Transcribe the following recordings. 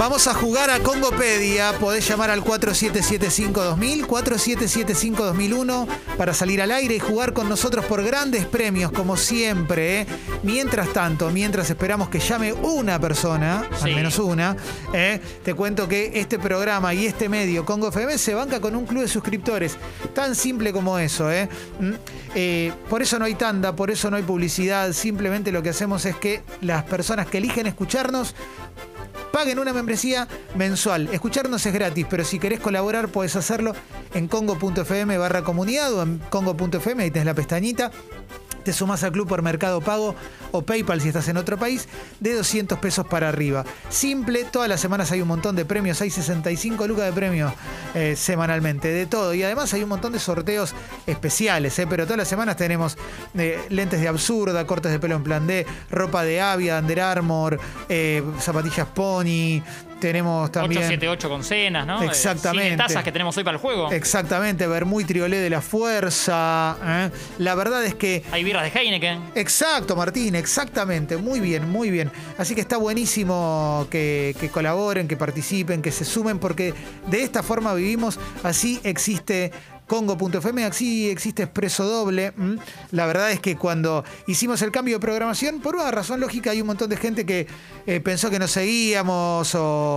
Vamos a jugar a Congopedia. Podés llamar al 4775-2000, 4775-2001 para salir al aire y jugar con nosotros por grandes premios, como siempre, ¿eh? Mientras tanto, mientras esperamos que llame una persona, Sí. al menos una, te cuento que este programa y este medio, Congo FM, se banca con un club de suscriptores. Tan simple como eso, ¿eh? Por eso no hay tanda, por eso no hay publicidad. Simplemente lo que hacemos es que las personas que eligen escucharnos paguen una membresía mensual. Escucharnos es gratis, pero si querés colaborar podés hacerlo en congo.fm/comunidad o en congo.fm, ahí tenés la pestañita. Te sumás al club por Mercado Pago o PayPal si estás en otro país, de 200 pesos para arriba. Simple, todas las semanas hay un montón de premios, hay 65 lucas de premios semanalmente, de todo. Y además hay un montón de sorteos especiales, pero todas las semanas tenemos lentes de Absurda, cortes de pelo en plan D, ropa de Avia, Under Armour, zapatillas Pony. Tenemos también 878 con cenas, ¿no? Exactamente. Cine tazas que tenemos hoy para el juego. Exactamente, vermú y triolé de la fuerza. La verdad es que... Hay birras de Heineken. Exacto, Martín, exactamente. Muy bien, muy bien. Así que está buenísimo que colaboren, que participen, que se sumen, porque de esta forma vivimos. Así existe Congo.fm, así existe Expreso Doble. La verdad es que cuando hicimos el cambio de programación, por una razón lógica, hay un montón de gente que pensó que nos seguíamos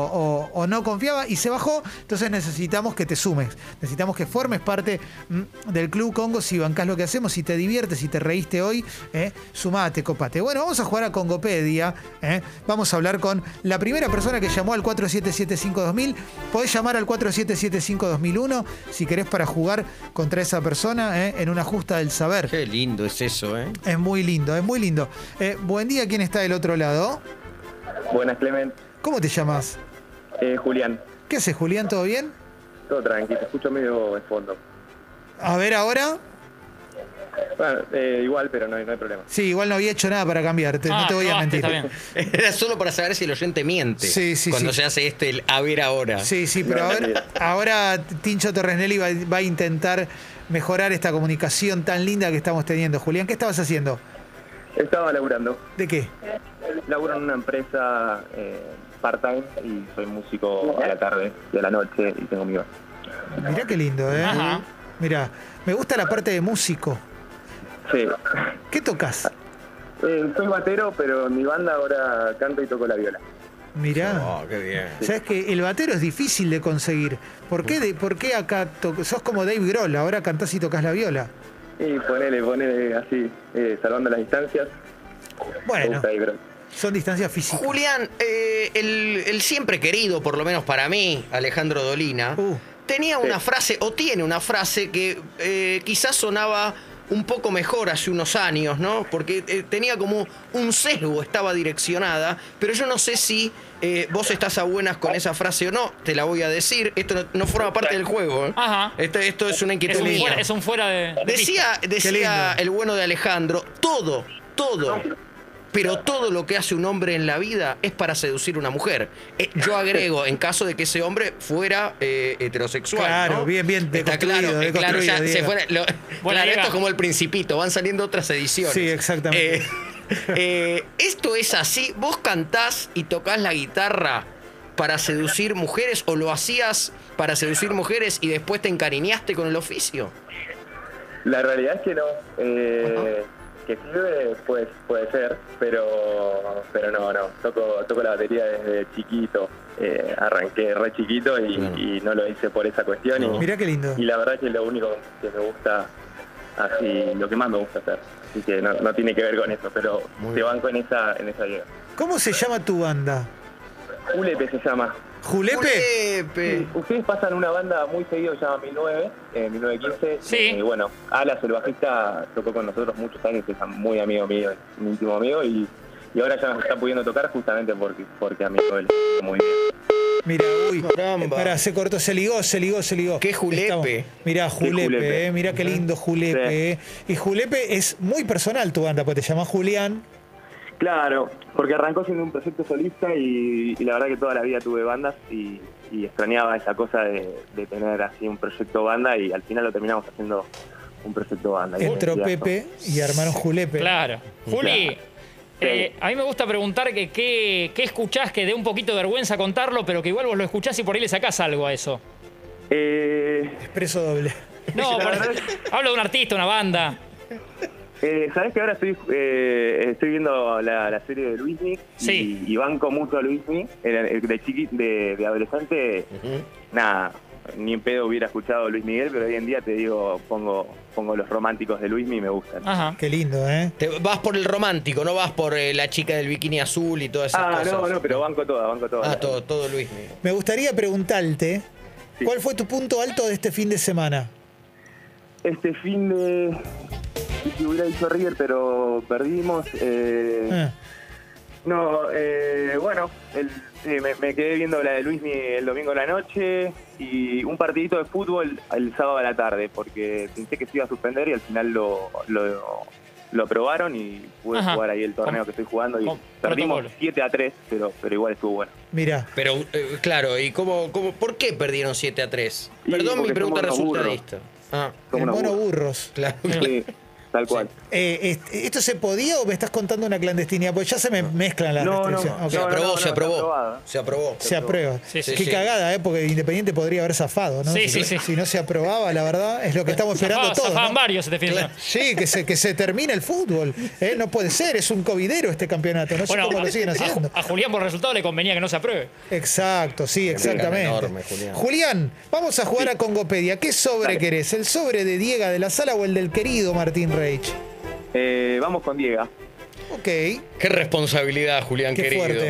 o no confiaba y se bajó. Entonces necesitamos que te sumes, necesitamos que formes parte del Club Congo. Si bancás lo que hacemos, si te diviertes, si te reíste hoy, sumate, copate. Bueno, vamos a jugar a Congopedia. Vamos a hablar con la primera persona que llamó al 4775-2000. Podés llamar al 4775-2001 si querés, para jugar contra esa persona en una justa del saber. Qué lindo es eso, ¿eh? Es muy lindo, es muy lindo. Buen día, ¿quién está del otro lado? Buenas, Clement. ¿Cómo te llamas? Julián. ¿Qué haces, Julián? ¿Todo bien? Todo tranquilo, te escucho medio de fondo. A ver, ahora. Bueno, igual, pero no hay problema. Sí, igual no había hecho nada para cambiarte, no te voy a mentir. Está bien. Era solo para saber si el oyente miente. Sí, sí, cuando sí. se hace el a ver ahora. Sí, sí, pero ahora Tincho Torresnelli va a intentar mejorar esta comunicación tan linda que estamos teniendo. Julián, ¿qué estabas haciendo? Estaba laburando. ¿De qué? Laburo en una empresa part-time y soy músico a la tarde y a la noche y tengo mi banda. Mirá qué lindo, ¿eh? Ajá. Mirá, me gusta la parte de músico. Sí. ¿Qué tocas? Soy batero, pero en mi banda ahora canto y toco la viola. Mirá. Oh, qué bien. Sabes que el batero es difícil de conseguir. ¿Por qué acá sos como Dave Grohl, ahora cantás y tocas la viola? Y ponele así, salvando las distancias. Me Bueno, gusta ahí, bro. son distancias físicas. Julián, el siempre querido, por lo menos para mí, Alejandro Dolina, tenía una frase, o tiene una frase que quizás sonaba un poco mejor hace unos años, ¿no? Porque tenía como un sesgo, estaba direccionada, pero yo no sé si vos estás a buenas con esa frase o no, te la voy a decir. Esto no forma parte del juego, ¿eh? Ajá. Esto es una inquietud mía. Es un fuera de Decía el bueno de Alejandro, todo, pero todo lo que hace un hombre en la vida es para seducir a una mujer. Yo agrego, en caso de que ese hombre fuera heterosexual. Claro, ¿no? bien, Está claro, deconstruido, ya Diego. se fuera. Buena Claro, idea. esto es como El Principito, van saliendo otras ediciones. Sí, exactamente. ¿Esto es así? ¿Vos cantás y tocás la guitarra para seducir mujeres o lo hacías para seducir mujeres y después te encariñaste con el oficio? La realidad es que no. Que sirve, pues puede ser, pero no. Toco la batería desde chiquito. Arranqué re chiquito y no lo hice por esa cuestión. No. Mirá qué lindo. Y la verdad es que lo único que me gusta, así, lo que más me gusta hacer. Así que no tiene que ver con eso, pero te banco en esa idea. ¿Cómo se llama tu banda? Ulepe se llama. ¿Julepe? Sí, ustedes pasan una banda muy seguido que se llama 1915. Sí. Bueno, Alas, el bajista, tocó con nosotros muchos años, es muy amigo mío, es un íntimo amigo, y ahora ya nos está pudiendo tocar justamente porque amigo él. Muy bien. Mira, Caramba. pará, se cortó, se ligó. ¿Qué Julepe? Mirá, Julepe, Julepe. mirá qué lindo Julepe. Y Julepe es muy personal tu banda, porque te llamás Julián. Claro, porque arrancó siendo un proyecto solista y la verdad que toda la vida tuve bandas y extrañaba esa cosa de tener así un proyecto banda y al final lo terminamos haciendo un proyecto banda. Entró Pepe y armaron Julepe. Claro. Juli, A mí me gusta preguntar que qué escuchás que dé un poquito de vergüenza contarlo, pero que igual vos lo escuchás y por ahí le sacás algo a eso. Expreso doble. No, hablo de un artista, una banda. ¿Sabés que ahora estoy viendo la serie de Luismi? Sí. Y banco mucho a Luismi. De adolescente, nada, ni en pedo hubiera escuchado Luis Miguel, pero hoy en día te digo, pongo los románticos de Luismi y me gustan. Ajá. Qué lindo, ¿eh? Te vas por el romántico, no vas por la chica del bikini azul y todas esas cosas. No, pero banco toda. Todo Luismi. Me gustaría preguntarte, Sí. ¿cuál fue tu punto alto de este fin de semana? Este fin de... Si hubiera dicho River, pero perdimos. Bueno, me quedé viendo la de Luismi el domingo a la noche y un partidito de fútbol el sábado a la tarde, porque pensé que se iba a suspender y al final lo aprobaron y pude jugar ahí el torneo que estoy jugando y perdimos 7-3, pero igual estuvo bueno. Mira. Pero, claro, ¿y por qué perdieron 7-3? Y Perdón, mi porque pregunta somos unos resultadista. El mono burros. Claro. Sí, tal cual. ¿Esto se podía o me estás contando una clandestinidad? Porque ya se me mezclan las restricciones. Ok. Se aprobó. Se aprobó. Se aprueba. Sí, sí, Qué sí. cagada, ¿eh? Porque Independiente podría haber zafado, ¿no? Sí, si, sí. si no se aprobaba, la verdad, es lo que estamos esperando todos. Zafaban ¿no? varios este fin de semana. Sí, que se termine el fútbol. No puede ser, es un covidero este campeonato. No sé cómo lo siguen haciendo. A Julián por el resultado le convenía que no se apruebe. Exacto, sí, exactamente. Enorme, Julián. Vamos a jugar a Congopedia. ¿Qué sobre querés? ¿El sobre de Diego de la Sala o el del querido Martín Reich? Vamos con Diego. Ok. Qué responsabilidad, Julián, Qué querido. fuerte.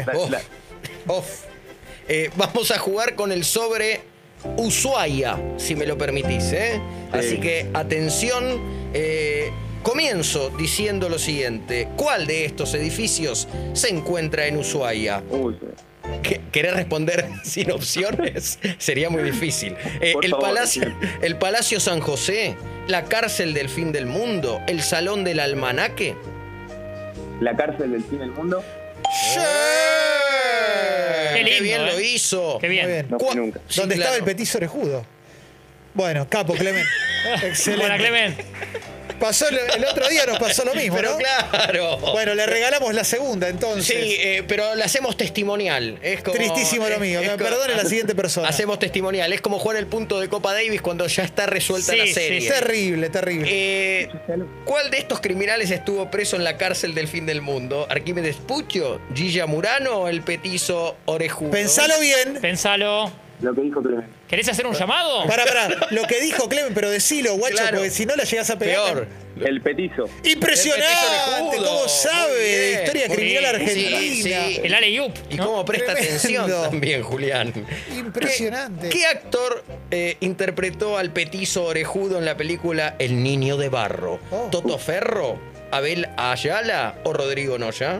Vamos a jugar con el sobre Ushuaia, si me lo permitís. Así que, atención, comienzo diciendo lo siguiente. ¿Cuál de estos edificios se encuentra en Ushuaia? Uy, ¿Querés responder sin opciones? Sería muy difícil. Por favor, sí. El Palacio San José, la cárcel del fin del mundo, el Salón del Almanaque. la cárcel del fin del mundo. ¡Sí! Qué lindo, bien lo hizo! Qué bien. Muy bien. No fui nunca. Sí, ¿Dónde claro. estaba el petiso orejudo? Bueno, capo, Clemen. Excelente. Buena, Clemente. Pasó el otro día nos pasó lo mismo, Pero ¿no? claro. Bueno, le regalamos la segunda, entonces. Sí, pero la hacemos testimonial. Es como, Tristísimo lo mío. Que me como- perdone la siguiente persona. Hacemos testimonial. Es como jugar el punto de Copa Davis cuando ya está resuelta Sí, la sí, serie. Terrible, terrible. ¿Cuál de estos criminales estuvo preso en la cárcel del fin del mundo? ¿Arquímedes Puccio, Gilla Murano o el petizo Orejudo? Pensalo bien. Pensalo. Lo que dijo Clemente. ¿Querés hacer un llamado? Pará. Lo que dijo Clemen, pero decilo, guacho, Claro. porque si no la llegás a pegar. Peor. El petizo. Impresionante. El petizo orejudo. ¿Cómo sabe Muy de bien. historia Muy criminal bien. argentina? Sí. El Ale-Yup. ¿Y ¿no? cómo presta Tremendo. atención también, Julián? Impresionante. ¿Qué actor interpretó al petizo Orejudo en la película El Niño de Barro? Oh. ¿Toto Ferro, Abel Ayala o Rodrigo Noya?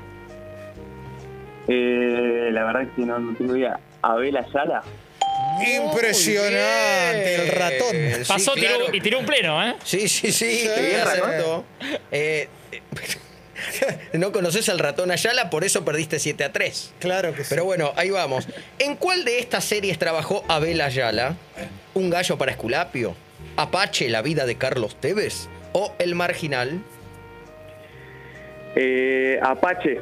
La verdad es que no tengo idea. Abel Ayala. Impresionante. El ratón. Sí, Pasó claro. y tiró un pleno, ¿eh? Sí. bien, Exacto. No conoces al ratón Ayala, por eso perdiste 7-3. Claro que sí. Pero bueno, ahí vamos. ¿En cuál de estas series trabajó Abel Ayala? ¿Un gallo para Esculapio? ¿Apache, la vida de Carlos Tevez? ¿O El Marginal? Apache.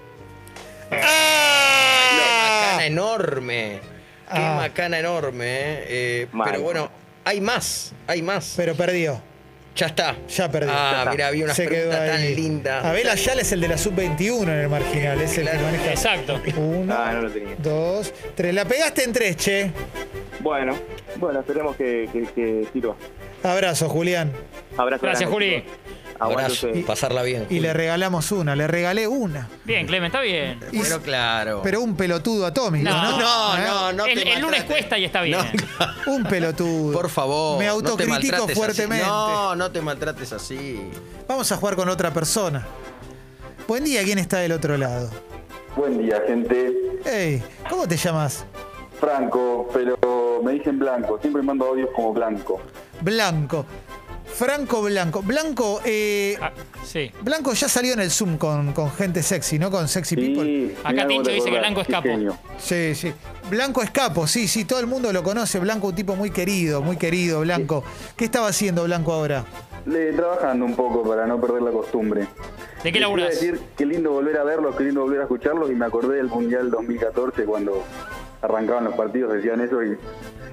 Macana enorme. Qué Ah. macana enorme. Mal. Pero bueno, hay más. Pero perdió. Ya está. Ya perdió. Ah, Ya está. mira, había una Se quedó pregunta tan ahí. linda. Abel Ayala es el de la sub-21 en el marginal. Es el que Claro. maneja. Exacto. 1, Ah, no lo tenía. 2, 3. La pegaste en 3, che. Bueno, esperemos que sirva. Abrazo, Julián. Abrazo. Gracias, grande, Juli. chicos. Aguante Abrazo. ustedes. Pasarla bien. Y le regalamos una. Le regalé una. Bien, Clemen, está bien. Pero claro. Pero un pelotudo atómico, ¿no? No te El lunes maltrates. cuesta y está bien. No, Un pelotudo. por favor. Me no te autocritico maltrates fuertemente. así. No te maltrates así. Vamos a jugar con otra persona. Buen día, ¿quién está del otro lado? Buen día, gente. Hey, ¿cómo te llamas? Franco, pero me dicen Blanco. Siempre mando audios como Blanco. Blanco. Franco Blanco. Blanco, Ah, sí. Blanco ya salió en el Zoom con gente sexy, ¿no? Con Sexy People. Acá mirá cómo Tincho te dice que acordás. Blanco es Qué capo. genio. Sí, sí. Blanco es capo, sí, todo el mundo lo conoce. Blanco, un tipo muy querido, Blanco. ¿Qué estaba haciendo Blanco ahora? Trabajando un poco para no perder la costumbre. ¿De qué Les laburás? iba a decir, qué lindo volver a verlos, qué lindo volver a escucharlos, y me acordé del Mundial 2014 cuando arrancaban los partidos, decían eso y...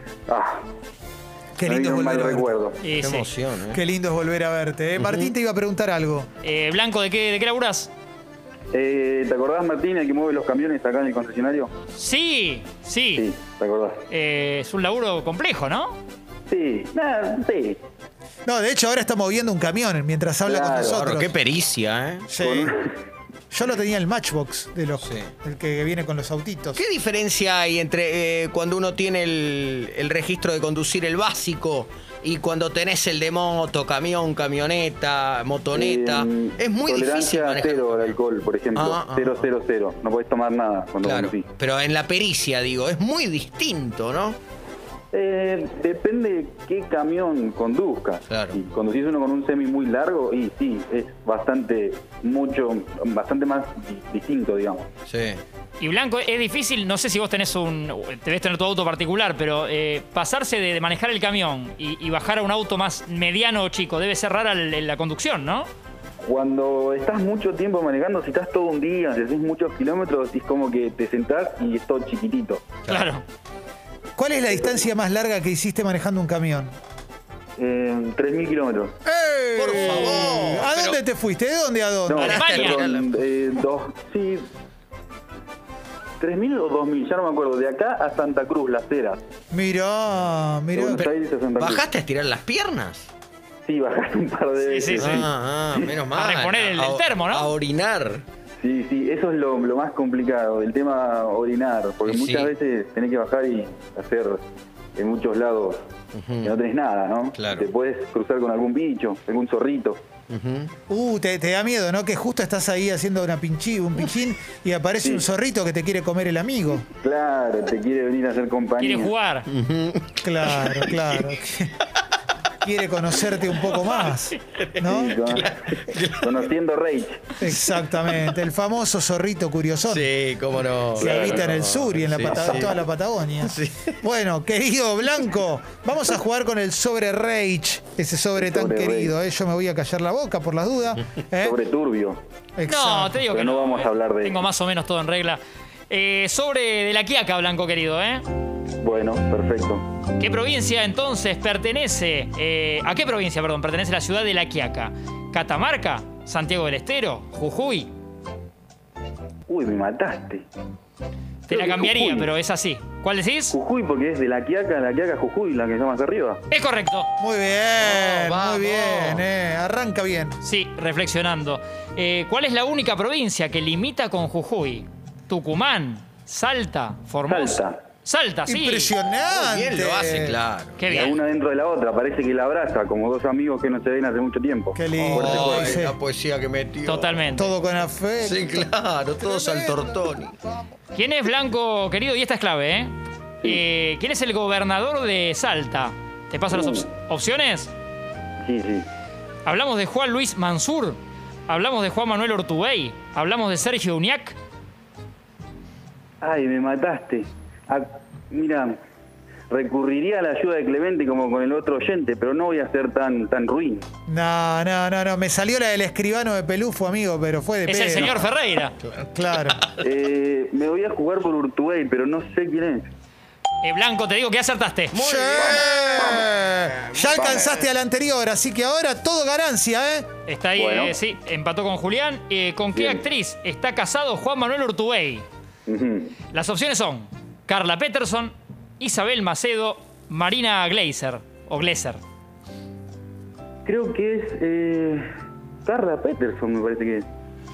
Qué me lindo vino es un mal volver a verte. recuerdo. Qué Sí. emoción, ¿eh? Qué lindo es volver a verte. Martín te iba a preguntar algo. Blanco, ¿de qué laburás? ¿Te acordás, Martín, el que mueve los camiones acá en el concesionario? Sí. Sí, ¿te acordás? Es un laburo complejo, ¿no? Sí, sí. No, de hecho ahora está moviendo un camión mientras habla con Claro, nosotros. Claro, qué pericia, ¿eh? Sí. Yo lo tenía el Matchbox de los, el que viene con los autitos. ¿Qué diferencia hay entre cuando uno tiene el registro de conducir el básico y cuando tenés el de moto, camión, camioneta, motoneta? Es muy difícil tolerancia manejar. cero al alcohol, por ejemplo. 0. No podés tomar nada cuando Claro, conducís. pero en la pericia, digo, es muy distinto, ¿no? Depende qué camión conduzcas. Claro. Si conducís uno con un semi muy largo, y sí, es bastante más distinto, digamos. Sí. Y Blanco, es difícil, no sé si vos debes tener tu auto particular, pero pasarse de manejar el camión y bajar a un auto más mediano o chico, debe ser rara la conducción, ¿no? Cuando estás mucho tiempo manejando, si estás todo un día, si haces muchos kilómetros, es como que te sentás y es todo chiquitito. Claro. ¿Cuál es la distancia más larga que hiciste manejando un camión? 3.000 kilómetros. ¡Eh! Por favor, ¿A pero- dónde te fuiste? ¿De dónde a dónde? No, Alemania. perdón, 3.000 o 2.000, ya no me acuerdo. De acá a Santa Cruz, Las Heras. Mirá. De Buenos Aires a Santa Cruz. ¿Bajaste a estirar las piernas? Sí, bajaste un par de veces. sí. Menos mal. Para reponer el termo, ¿no? A orinar. Sí, eso es lo más complicado, el tema orinar, porque Sí. muchas veces tenés que bajar y hacer en muchos lados que no tenés nada, ¿no? Claro. Te puedes cruzar con algún bicho, algún zorrito. Te da miedo, ¿no? Que justo estás ahí haciendo un pinchín y aparece un zorrito que te quiere comer el amigo. Claro, te quiere venir a hacer compañía. Quiere jugar. Claro. Quiere conocerte un poco más, ¿no? Sí, conociendo Rage. Exactamente, el famoso zorrito curiosón. Sí, cómo no. Que habita en el sur y en Sí, sí. toda la Patagonia. Bueno, querido Blanco, vamos a jugar con el sobre Rage, ese sobre tan Sobre querido. Yo me voy a callar la boca por las dudas. Sobre turbio. Exacto. No, te digo Pero que no vamos a hablar de Tengo eso. más o menos todo en regla. Sobre de la Quiaca, Blanco querido, ¿eh? Bueno, perfecto. ¿Qué provincia entonces pertenece? ¿A qué provincia, perdón, pertenece la ciudad de La Quiaca? ¿Catamarca? ¿Santiago del Estero? ¿Jujuy? Uy, me mataste. Te Creo la que cambiaría, Jujuy. pero es así. ¿Cuál decís? Jujuy, porque es de la Quiaca Jujuy, la que está más arriba. Es correcto. Muy bien, Vamos. muy bien. Arranca bien. Sí, reflexionando. ¿Cuál es la única provincia que limita con Jujuy? ¿Tucumán? ¿Salta? ¿Formosa? Salta, sí. Impresionante. Muy bien lo hace, claro. Qué La bien. una dentro de la otra, parece que la abraza, como dos amigos que no se ven hace mucho tiempo. Qué lindo. Ay, Sí. la poesía que metió. Totalmente. Todo con afecto. Sí, claro, todos al tortoni. ¿Quién es Blanco, querido? Y esta es clave, ¿eh? ¿Quién es el gobernador de Salta? ¿Te paso las opciones? Sí. Hablamos de Juan Luis Mansur. Hablamos de Juan Manuel Ortubey. Hablamos de Sergio Uñac. Ay, me mataste. Mira, recurriría a la ayuda de Clemente como con el otro oyente, pero no voy a ser tan ruin. No. Me salió la del escribano de Pelufo, amigo, pero fue de Es el pedo. señor Ferreira. Claro. Me voy a jugar por Urtubey, pero no sé quién es. Blanco, te digo que acertaste. Sí. Ya alcanzaste al anterior, así que ahora todo ganancia, ¿eh? Está ahí, Bueno. sí, empató con Julián. ¿Con qué Bien. actriz está casado Juan Manuel Ortubey? Ujú. Las opciones son Carla Peterson, Isabel Macedo, Marina Gleiser o Gleiser. Creo que es Carla Peterson, me parece que es.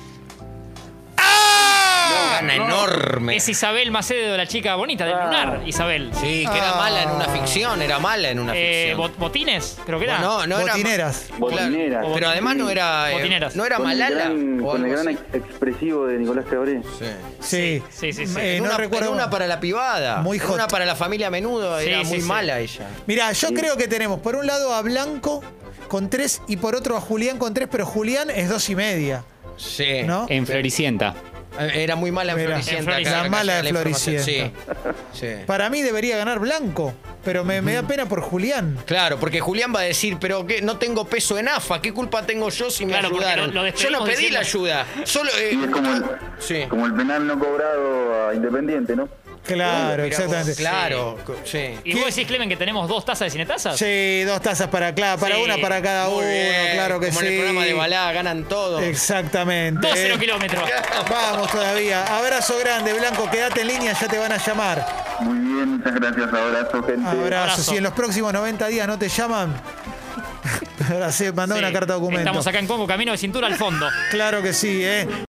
Gana enorme. Es Isabel Macedo, la chica bonita del lunar, Isabel. Sí, que era mala en una ficción, era mala en una ficción. ¿Botines? Creo que era. No era. Botineras. Botineras. Claro, pero además no era. Botineras. No era Con el Malala. gran- o Con el algo gran así. expresivo de Nicolás Cabré. Sí. Sí. Sí. En no una, recuerdo. en una para la pibada. Muy en hot. una para la familia a menudo. Sí, Era sí, muy sí. mala ella. Mirá, yo creo que tenemos por un lado a Blanco con 3 y por otro a Julián con 3, pero Julián es 2,5. Sí. ¿No? En Floricienta. Era muy mala en Mira, Floricienta. en Floricienta. acá La mala de la información. Floricienta. Sí. Para mí debería ganar Blanco. pero me da pena por Julián. Claro, porque Julián va a decir, pero ¿qué? No tengo peso en AFA, ¿qué culpa tengo yo si me Claro, porque ayudaron? lo Yo no pedí la ayuda. Solo, Y es sí. como el penal no cobrado a Independiente, ¿no? Claro, Mirá exactamente. vos, claro, sí. ¿Y vos decís, Clemen, que tenemos 2 tazas de Cinetazas? Sí, 2 tazas para Sí, una para cada Muy uno, bien. claro que Como sí. en el programa de Balá, ganan todo. Exactamente. 2-0 kilómetros. Vamos todavía. Abrazo grande, Blanco. Quédate en línea, ya te van a llamar. Muy bien, muchas gracias. Abrazo, gente. Abrazo. Si en los próximos 90 días no te llaman, ahora sí, mandá Sí. una carta documento. Estamos acá en Congo, camino de cintura al fondo. Claro que sí, ¿eh?